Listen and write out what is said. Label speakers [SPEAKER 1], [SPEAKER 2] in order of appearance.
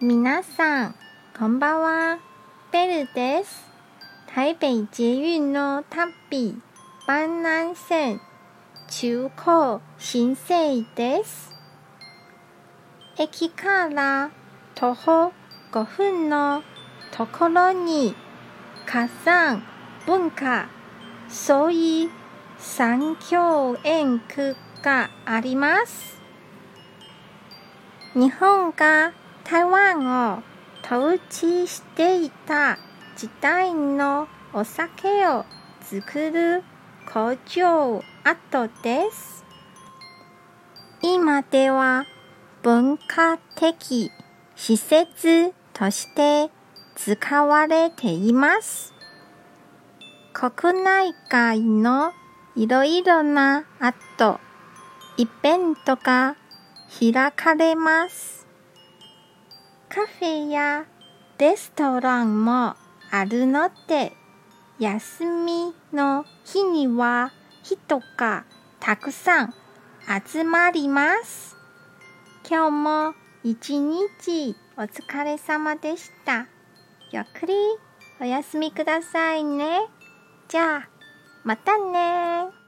[SPEAKER 1] 皆さん、こんばんは。ベルです。台北捷運の旅、板南線中高新生です。駅から徒歩5分のところに火山文化創意産業園区があります。日本が台湾を統治していた時代のお酒を作る工場跡です。今では文化的施設として使われています。国内外のいろいろなイベントが開かれます。カフェやレストランもあるので、休みの日には人がたくさん集まります。今日も一日お疲れ様でした。ゆっくりお休みくださいね。じゃあ、またね。